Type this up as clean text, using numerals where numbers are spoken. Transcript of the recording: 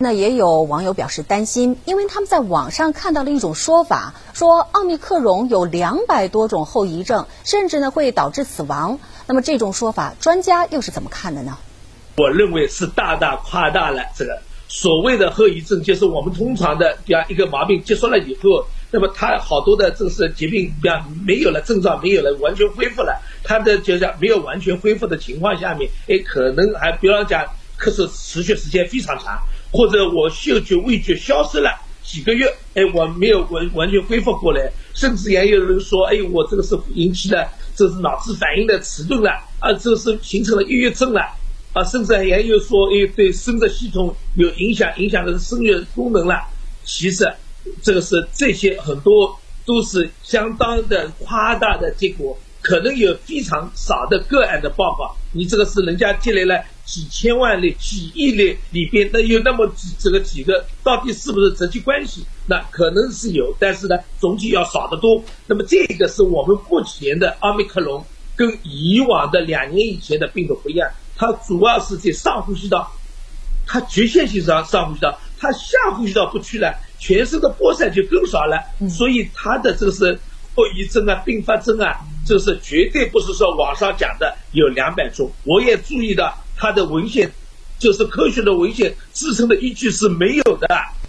那也有网友表示担心，因为他们在网上看到了一种说法，说奥密克戎有200多种后遗症，甚至呢会导致死亡。那么这种说法，专家又是怎么看的呢？ 我认为是大大夸大了这个所谓的后遗症，就是我们通常的比方一个毛病结束了以后，那么它好多的这个是疾病，比方没有了症状，没有了完全恢复了，它的就像没有完全恢复的情况下面，可能还比方讲可是持续时间非常长，或者我嗅觉味觉消失了几个月，我没有完全恢复过来，甚至也有人说，我这个是引起了这是脑子反应的迟钝了啊，这是形成了抑郁症了啊，甚至也有说对生殖系统有影响的生育功能了。其实这个是这些很多都是相当的夸大的结果，可能有非常少的个案的报告，你这个是人家积累了几千万例、几亿例里边，那有那么几个，到底是不是直接关系？那可能是有，但是呢，总体要少得多。那么这个是我们目前的奥密克戎跟以往的2年以前的病毒不一样，它主要是在上呼吸道，它局限性上呼吸道，它下呼吸道不去了，全身的播散就更少了，所以它的这个是后遗症啊、并发症啊，这是绝对不是说网上讲的有200种。我也注意到它的文献，就是科学的文献支撑的依据是没有的。